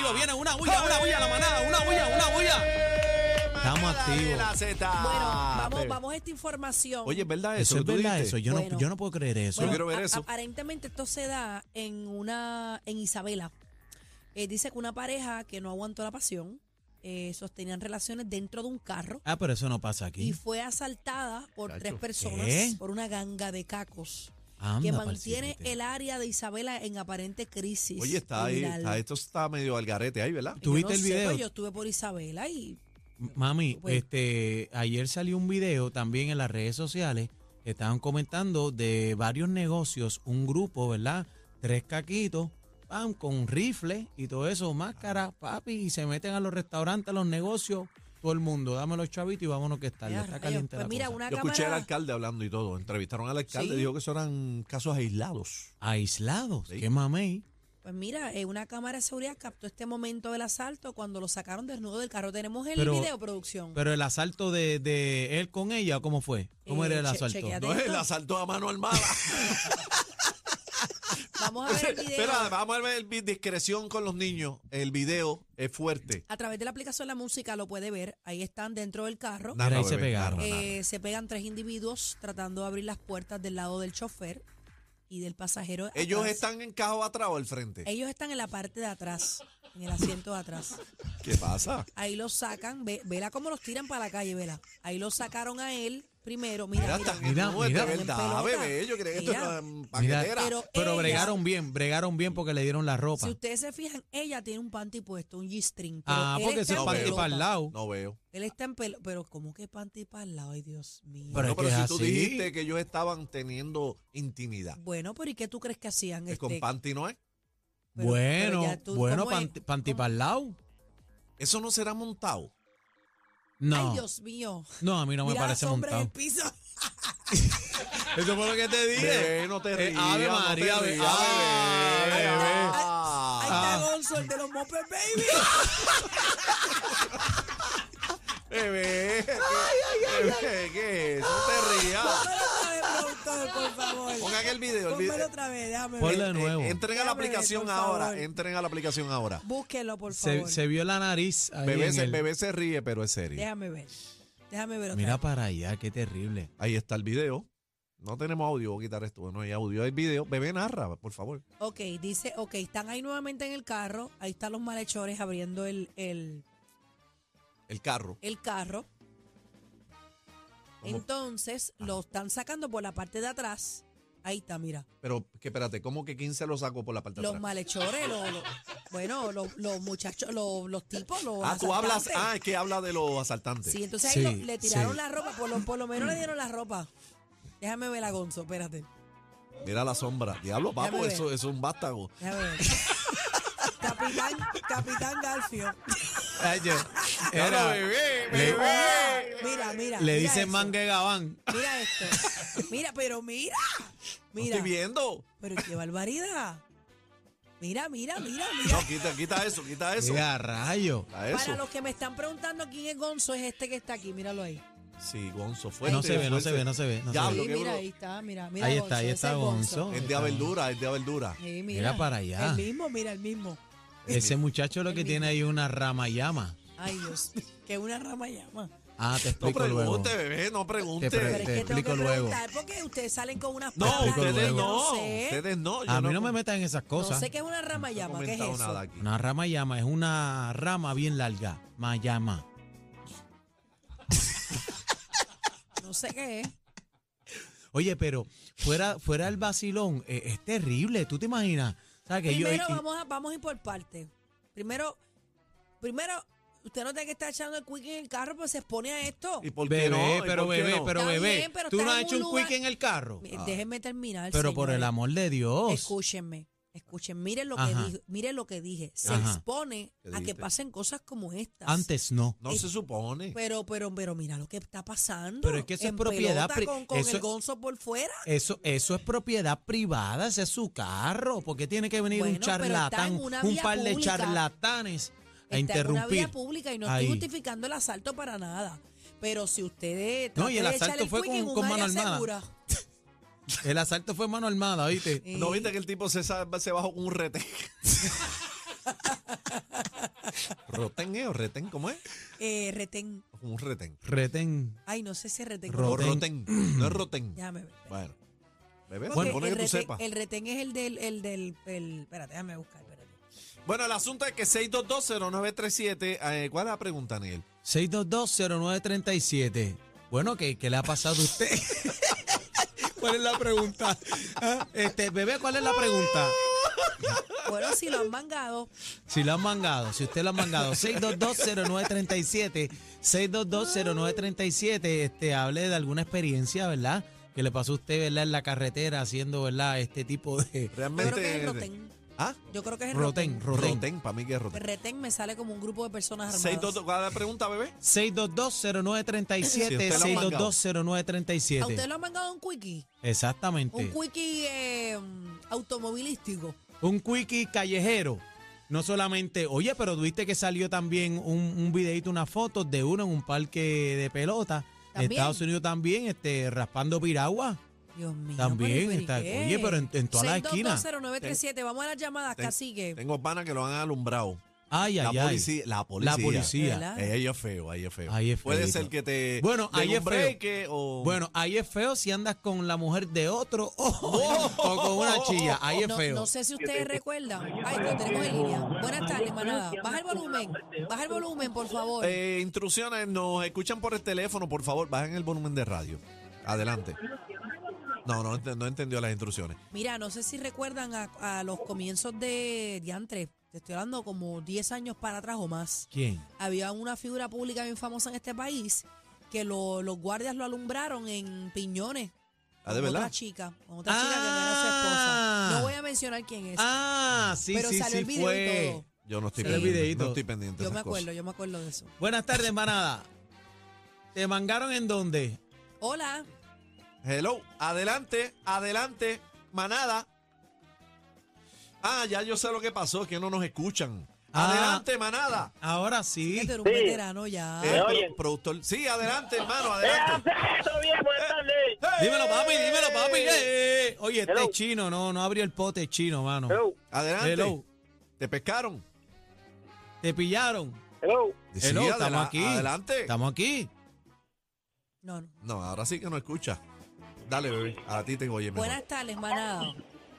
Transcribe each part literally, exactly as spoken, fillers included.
activos. Viene una bulla, una bulla, la manada, una bulla, una bulla. Estamos activos. La Z. Bueno, vamos, vamos a esta información. Oye, ¿es verdad eso? Eso es que tú verdad, dijiste? eso. Yo, Bueno. no, yo no puedo creer eso. Yo quiero ver a- eso. Aparentemente esto se da en una en Isabela. Eh, dice que una pareja que no aguantó la pasión eh, sostenían relaciones dentro de un carro Ah, pero eso no pasa y aquí. fue asaltada por Chacho. tres personas ¿Qué? por una ganga de cacos Anda que pa'l mantiene siguiente. el área de Isabela en aparente crisis. Oye, está ahí, criminal. está, esto está medio al garete ahí, ¿verdad? Yo ¿Tú viste no el sé, video? pues yo estuve por Isabela y Mami, Pues- este, ayer salió un video también en las redes sociales. Estaban comentando de varios negocios, un grupo, ¿verdad? Tres caquitos, van con rifles y todo eso, máscara, papi, y se meten a los restaurantes, a los negocios, todo el mundo, dame los chavitos y vámonos que está, Ya, está rayos. caliente Pues la mira, cosa. una Yo escuché al cámara alcalde hablando y todo. Entrevistaron al alcalde, Sí. dijo que eso eran casos aislados. Aislados, Sí. qué mamey. Pues mira, eh, una cámara de seguridad captó este momento del asalto cuando lo sacaron desnudo del carro. Tenemos el Pero- video, producción. Pero el asalto de, de él con ella, ¿cómo fue? ¿Cómo Eh, era el che- asalto? chequeate. No es el esto? asalto a mano armada. Vamos a ver el video. Espera, vamos a ver el vi- discreción con los niños. El video es fuerte. A través de la aplicación La Música lo puede ver. Ahí están dentro del carro. Mira, ahí se bebé, pegaron. narra, narra. Eh, se pegan tres individuos tratando de abrir las puertas del lado del chofer y del pasajero. ¿Ellos atrás. están en cajo atrás o al frente? Ellos están en la parte de atrás, en el asiento de atrás. ¿Qué pasa? Ahí los sacan. Ve, vela cómo los tiran para la calle, vela. Ahí los sacaron a él primero. Mira, Mira, mira. están mira, en nubes, mira. de En verdad, pelota. bebé. Yo creía que esto Mira. era en Mira, paquetera. Pero Pero ella- bregaron bien, bregaron bien porque le dieron la ropa. Si ustedes se fijan, ella tiene un panty puesto, un G-string. pero Ah, él porque está ese en panty pelota. para el lado. No veo. Él está en pelo. Pero, ¿cómo que panty para el lado? Ay, Dios mío. Pero no, es pero que si es tú así. dijiste que ellos estaban teniendo intimidad. Bueno, pero ¿y qué tú crees que hacían? ¿Es Este, con panty no es? pero- bueno, pero ya tú, bueno, ¿cómo es? panty, panty ¿Cómo? para el lado. ¿Eso no será montado? No, Ay, Dios mío. no, a mí no me Mira la parece sombra en el montado. piso. Eso fue lo que te dije. Bebé, no te Eh, rías, Ave no te María, rías, bebé. Ah, bebé. bebé. Ahí Ah, está Gonzo, el de los Moped Baby. Bebé, ¿qué, bebé, ¿qué es? No te rías. Pónmelo otra vez, productor, por favor. Pongan el video. El video. Pónmelo otra vez, déjame Ponle ver. de nuevo. Eh, entren a la Déjame ver, aplicación por ahora. favor. Entren a la aplicación ahora. Búsquelo, por Se, favor. se vio la nariz ahí Bebé en se, el- bebé se ríe, pero es serio. Déjame ver. Déjame ver otra Mira vez. para allá, qué terrible. Ahí está el video. No tenemos audio, voy a quitar esto. No hay audio, hay video. Bebé narra, por favor. Ok, dice, ok, están ahí nuevamente en el carro. Ahí están los malhechores abriendo el, el, El carro. el carro. ¿Cómo? Entonces, lo están sacando por la parte de atrás. Ahí está, mira. Pero, que espérate, ¿cómo que quién se lo sacó por la parte de Los atrás? malhechores, los, los- bueno, los, los muchachos, los, los tipos, los Ah, tú hablas. asaltantes. Ah, es que habla de los asaltantes. Sí, entonces Sí, ahí lo- le tiraron sí. la ropa, por lo, por lo menos le dieron la ropa. Déjame ver a Gonzo, espérate. Mira la sombra. Diablo, Déjame papo, ver. eso, eso es un vástago. Déjame ver. Capitán, Capitán Garfio. Ay, yo- Era, era- bebé, le- bebé. Mira, mira. le mira dicen eso. mangue gabán. Mira esto. Mira, pero mira. No Mira. estoy viendo. Pero qué barbaridad. Mira, mira, mira, mira. No, quita, quita eso, quita eso. Mira, rayo. Quita eso. Para los que me están preguntando quién es Gonzo, es este que está aquí. Míralo ahí. Sí, Gonzo, fuerte. No se ve, no fuerte. se ve, no se ve. No se Diablo, ve. Sí, qué mira, bro- ahí está, mira, mira. Ahí Gonzo, está, ahí ese está es Gonzo. Es de verdura, es de verdura. Sí, Mira para allá. El mismo, mira, el mismo. Ese muchacho lo El que mismo. tiene ahí una rama llama. Ay, Dios. Que una rama llama. Ah, te No explico luego. pregunte, bebé, no pregunte. Te pre- Pero es te que tengo explico que luego. preguntar porque ustedes salen con unas No, palabras explico ustedes que yo no. sé. Ustedes no. Yo A mí no no me metan en esas No cosas. sé qué es una rama he llama. ¿Qué es comentado eso? nada aquí. Una rama llama es una rama bien larga. Mayama. No sé qué es. Oye, pero fuera, fuera el vacilón, eh, es terrible. ¿Tú te imaginas? ¿Sabes que yo- Primero y- vamos a, vamos a ir por partes. Primero, primero, usted no tiene que estar echando el quick en el carro, pues se expone a esto. ¿Y por qué Bebé, no? ¿Y pero por qué bebé, no? pero Está bebé. bien, pero ¿Tú está no has en hecho un un lugar- quick en el carro? Mi- Déjenme terminar. Pero por el señores. amor de Dios. Escúchenme, escuchen, miren lo que Ajá. dije, miren lo que dije. Se Ajá. expone ¿Qué a que dijiste? pasen cosas como estas. Antes no. No se supone. Pero, pero, pero mira lo que está pasando. Pero es que eso es En propiedad pelota pri- con, con eso- el gonzo por fuera. Eso, eso es propiedad privada, ese es su carro. ¿Por qué tiene que venir Bueno, un pero está charlatán, en una un vía par de pública. charlatanes a Está en una interrumpir? vía pública y no Ahí. estoy justificando el asalto para nada. Pero si ustedes No, y el trate de asalto echarle fue quick con- en un con mano área armada. segura. El asalto fue mano armada, ¿oíste? Eh, ¿No viste que el tipo se, sa- se bajó con un rete? ¿Rotén es o retén? ¿Cómo es? Eh, retén. Como un retén. Retén. Ay, no sé si es retén. Ro- O Rotén. rotén. No es rotén. Déjame ver. Bueno. Bebé, Porque se supone el, que tú retén, sepas. el retén es el del, el del, el, espérate, déjame buscar, espérate. Bueno, el asunto es que seis dos dos cero nueve tres siete, eh, ¿cuál es la pregunta, Neil? seis dos dos cero nueve tres siete. Bueno, ¿qué, qué le ha pasado a usted? ¿Cuál es la pregunta? Ah, Este, bebé, ¿cuál es la pregunta? Bueno, si lo han mangado, Si lo han mangado, si usted lo ha mangado, seis dos dos cero nueve tres siete, seis dos dos cero nueve tres siete, este, hable de alguna experiencia, ¿verdad? Que le pasó a usted, ¿verdad? En la carretera haciendo, ¿verdad? Este tipo de yo Realmente. creo que es el rotén. ¿Ah? Yo creo que es el rotén, rotén. rotén. Rotén, para mí que es El rotén. retén me sale como un grupo de personas armadas. seis dos dos, ¿cuál es la pregunta, bebé? seis dos dos cero nueve tres Si usted siete, lo ha seis dos mangado. dos cero nueve tres ¿A usted siete. lo han mangado un quickie? Exactamente. Un quickie eh, automovilístico. Un quickie callejero. No solamente, oye, pero tuviste que salió también un, un videito, una foto de uno en un parque de pelota. En ¿También? Estados Unidos también, este, raspando piragua. Dios mío. También pero ¿y está- qué? oye, pero en- en todas las seis dos dos esquinas. cero nueve tres siete, vamos a las llamadas, Ten- cacique. Tengo panas que lo han alumbrado. Ay, La ay, ay. policía, la policía. La policía. ¿Verdad? Eh, ahí es feo, ahí es feo. Ahí es Puede feíto. ser que te. Bueno, den ahí un es feo. breque o. Bueno, ahí es feo si andas con la mujer de otro o, o con una chilla. Ahí es No, feo. no sé si ustedes recuerdan. Ay, lo tenemos en línea. Buenas tardes, manada. Baja el volumen. Baja el volumen, por favor. Eh, instrucciones, nos escuchan por el teléfono, por favor, bajen el volumen de radio. Adelante. No, no, ent- no entendió las instrucciones. Mira, no sé si recuerdan a, a los comienzos de Diantre. Te estoy hablando como diez años para atrás o más. ¿Quién? Había una figura pública bien famosa en este país que lo- los guardias lo alumbraron en Piñones. Ah, ¿de con verdad? otra chica, con otra chica que no era su esposa. No voy a mencionar quién es. Ah, sí, pero sí, salió sí el video fue. y todo. Yo no estoy Sí. El pendiente. videíto. No estoy pendiente. de Yo me esas acuerdo, cosas. yo me acuerdo de eso. Buenas tardes, manada. ¿Te mangaron en dónde? Hola. Hello, adelante, adelante, manada. Ah, ya yo sé lo que pasó, es que no nos escuchan. Ah. Adelante, manada. Ahora Que sí. tú eres un veterano ya. Eh, pro- oyen? productor. Sí, adelante, hermano, ¡Eh, adelante. hace eso bien! ¡Buenas tardes! Dímelo, papi, dímelo, papi. Eh, eh. Oye, este Hello. es chino, no, no abrió el pote es chino, mano. Hello, Adelante. Hello. ¿Te pescaron? ¿Te pillaron? hello. Sí, Hello, adela- estamos aquí. Adelante. Estamos aquí. No, no. No, ahora sí que no escucha. Dale, bebé. A ti te oye mejor. Buenas tardes, manada.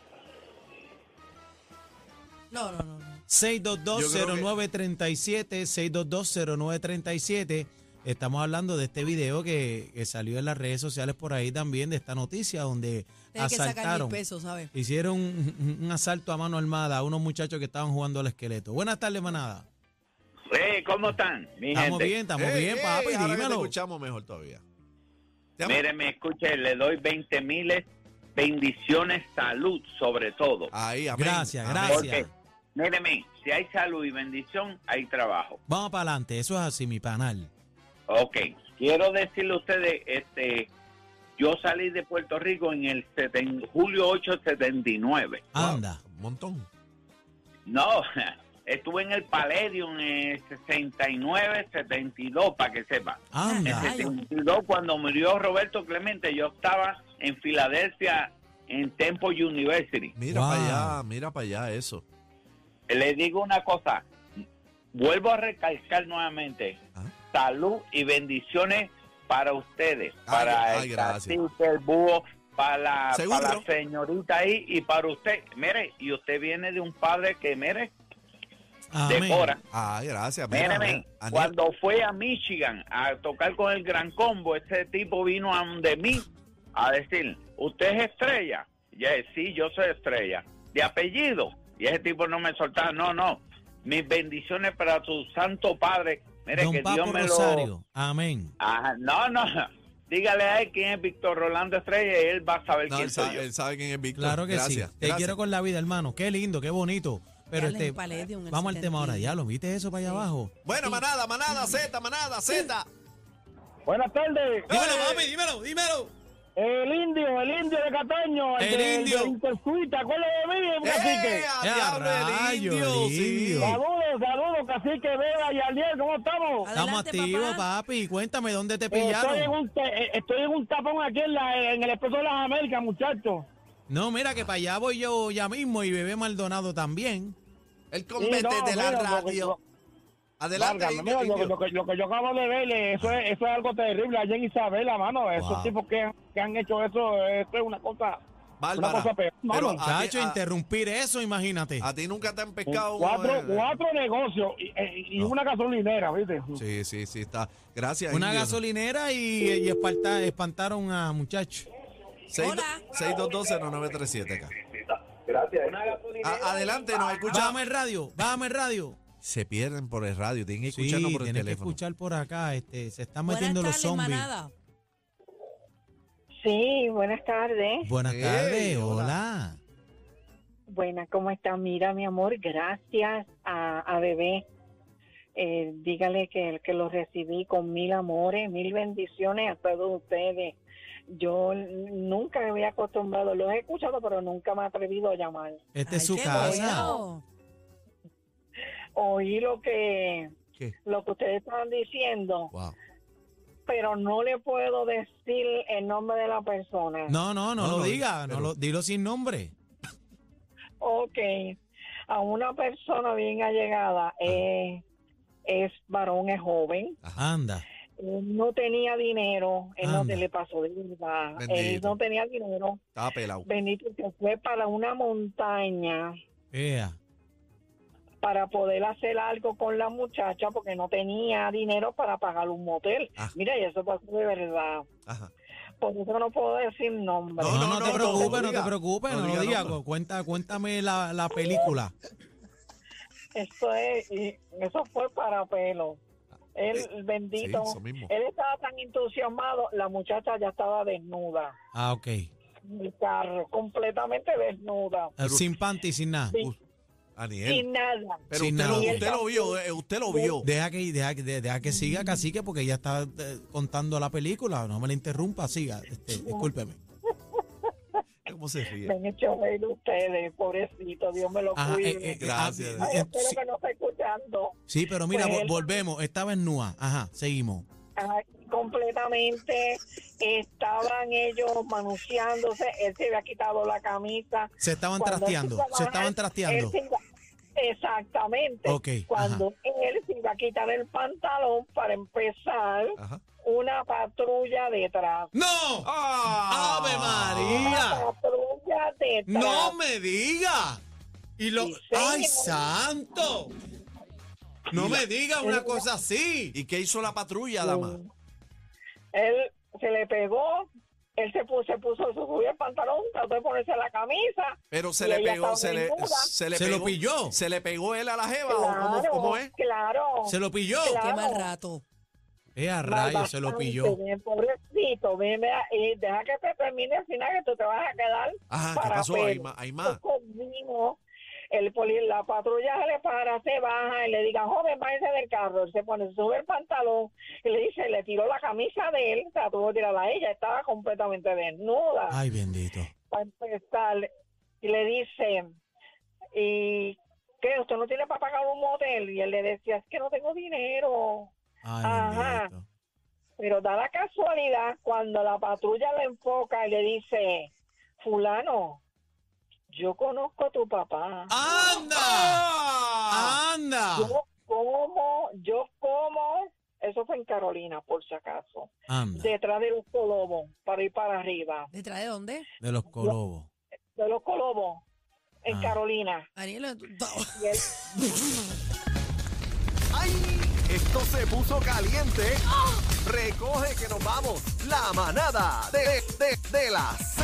No, no, no, no. seis dos dos cero nueve tres siete, seis dos dos cero nueve tres siete. Estamos hablando de este video que, que salió en las redes sociales por ahí también, de esta noticia donde Tienes que sacar asaltaron, mil pesos, ¿sabes? hicieron un, un- un asalto a mano armada a unos muchachos que estaban jugando al esqueleto. Buenas tardes, manada. Eh, ¿cómo están, mi Estamos gente? bien, estamos Ey, bien, ey, papi, ahora que te dímelo. escuchamos mejor todavía. Te amo. Mire, me escuche, le doy veinte miles bendiciones, salud, sobre todo. Ahí, amén. Gracias, Amén. gracias. Porque, míreme, si hay salud y bendición, hay trabajo. Vamos para adelante, eso es así, mi panal. Ok, quiero decirle a ustedes, este, yo salí de Puerto Rico en el seten- julio ocho de setenta y nueve. Wow, Anda. un montón. No, estuve en el Palladium en sesenta y nueve, setenta y dos, para que sepa. En Anda. Ay. setenta y dos, cuando murió Roberto Clemente, yo estaba en Filadelfia, en Temple University. Mira Wow. para allá, mira para allá eso. Le digo una cosa, vuelvo a recalcar nuevamente, Ah. salud y bendiciones para ustedes, Ay, para ay, el gracias. cacique, el búho, para la, Seguro. para la señorita ahí y para usted. Mire, y usted viene de un padre que, mire, Amén. decora. Ay, gracias. Mira, Míreme, mira, Aniel, cuando fue a Michigan a tocar con el Gran Combo, ese tipo vino a donde mí a decir, ¿usted es estrella? Ya, sí, yo soy estrella. ¿De apellido? Y ese tipo no me soltaba, no, no. Mis bendiciones para tu santo padre. Mire, Don que Papo Dios me Rosario. lo... Amén. Ajá, no, no. Dígale a él quién es Víctor Rolando Estrella y él va a saber no, quién él, soy sabe, yo. él sabe quién es Víctor. Claro que gracias, sí. Te gracias. quiero con la vida, hermano. Qué lindo, qué bonito. Pero Ya les este, Palladium, el vamos al tema ahora. setenta. Ya lo viste eso para allá Sí. abajo. Bueno, manada, manada, Z, manada, Z. Buenas tardes. Dímelo, papi, dímelo, dímelo. El indio, el indio de Cataño. El de- indio. de Intersuite, ¿te acuerdas de mí, ¡Eh, cacique? a ¡Eh, a diablo, el rayo, indio! el Sí. indio! Saludos, saludos, cacique, Vega y Aliel, ¿cómo estamos? Estamos Adelante, activos, papá. papi. Cuéntame dónde te Eh, estoy, en pillaron. un, te- eh, estoy en un tapón aquí en, la, en el Expreso de las Américas, muchachos. No, mira que para allá voy yo ya mismo y Bebé Maldonado también. El Sí, convete no, de la mira, radio. porque- Adelante. Válgame, Indio, mira, lo, Indio. lo que, lo que yo acabo de ver, eh, eso es, eso es algo terrible allá en Isabela, mano. Esos Wow. tipos que, que han hecho eso, eso es una cosa, Bárbara. una cosa peor. Pero mano. a ti- Chacho, a- interrumpir eso, imagínate. A ti nunca te han pescado. cuatro, eh, cuatro negocios y, eh, y No. una gasolinera, ¿viste? Sí, sí, sí, está. Gracias. Una Indio. gasolinera y, y esparta- espantaron a muchachos. seis Hola. seis dos dos cero nueve tres siete acá. Una gasolinera. A- adelante, nos escucha. Bájame el radio, bájame el radio. Se pierden por el radio, tienen que Sí, escucharnos por el tienes que teléfono. escuchar por acá. Este, se están Buenas metiendo los tardes, zombies. manada. Sí, buenas tardes. Buenas Hey, tardes, hola. hola. Buenas, ¿cómo está? Mira, mi amor, gracias a, a Bebé. Eh, dígale que, que lo recibí con mil amores, mil bendiciones a todos ustedes. Yo n- nunca me había acostumbrado, los he escuchado, pero nunca me he atrevido a llamar. Esta Ay, es su qué casa. bueno. Oí lo que, ¿Qué? lo que ustedes estaban diciendo, Wow. pero no le puedo decir el nombre de la persona. No, no, no, No, lo no, diga, no pero- lo, dilo sin nombre. Ok, a una persona bien allegada, eh, es varón, es joven. Anda. Él no tenía dinero, él no Anda. se le pasó de verdad. Él Bendito. no tenía dinero. Estaba pelado. Benito se fue para una montaña Ea. para poder hacer algo con la muchacha porque no tenía dinero para pagar un motel. Ah. Mira, y eso pasó de verdad. Ajá. Por eso no puedo decir nombre. No, No, no, no, te no, preocupes, no no, diga. te preocupes, No no, lo diga digas. nombre. Cuenta, cuéntame la, la película. Eso es, y eso fue para pelo. Él, Eh, bendito, sí, eso mismo. él estaba tan entusiasmado, la muchacha ya estaba desnuda. Ah, ok. En el carro, completamente desnuda. Eh, Sin panty, sin nada. Sí. Aniel. Sin nada. Pero Sin usted, lo, nada. usted lo vio, eh, usted lo vio. Deja que, deja, que- deja que siga, cacique, porque ella está eh, contando la película. No me la interrumpa, siga. Este, discúlpeme. ¿Cómo se ríe? Me han hecho reír ustedes, pobrecito, Dios me lo Ajá, cuide. eh, eh, Gracias. ah, Ay, eh, espero sí, que no esté escuchando. sí, pero mira, Pues vo- él- volvemos. Estaba en Nua. Ajá, seguimos. Ay, completamente estaban ellos manuseándose, él se había quitado la camisa. Se estaban Cuando él trasteando. iba a Se bajar, estaban trasteando. él se iba- exactamente. Ok, Cuando él se iba a quitar el pantalón para empezar, Ajá. una patrulla detrás. ¡No! ¡Ah! ¡Ave Una María! patrulla detrás. ¡No me diga! Y lo. Sí, señor. ¡Ay, santo! No Y la- me diga una cosa así. ¿Y qué hizo la patrulla, dama? Él se le pegó, él se puso, se puso, se subió el pantalón, trató de ponerse la camisa. Pero se Y le ella pegó, estaba se le, desnuda. se le ¿Se pegó. lo pilló? ¿Se le pegó él a la jeva o Claro, cómo, cómo es? claro. Se lo pilló. Claro. Qué mal rato. Eh, a rayos, se lo Bastante pilló. bien, pobrecito, ven, vea, y deja que te termine el final que tú te vas a quedar. Ajá, ¿qué para pasó? pelo. Hay más, hay más. Conmigo, el poli, la patrulla se le para, se baja y le diga, joven, váyase del carro. Él se pone, sube el pantalón y le dice, le tiró la camisa de él, o sea, tuvo que tirarla a ella, estaba completamente desnuda. Ay, bendito. Para empezar, y le dice, ¿y qué? ¿Usted no tiene para pagar un motel? Y él le decía, es que no tengo dinero. Ay, Ajá. bendito. Pero da la casualidad cuando la patrulla lo enfoca y le dice, fulano, yo conozco a tu papá. ¡Anda! ¡Ah! ¡Anda! Yo como, yo como, eso fue en Carolina, por si acaso, Anda. detrás de los Colobos, para ir para arriba. ¿Detrás de dónde? De los colobos. De los Colobos, en Ah. Carolina. Daniel, tú- Y él, ¡Ay! Esto se puso caliente. Recoge que nos vamos. La manada de, de, de las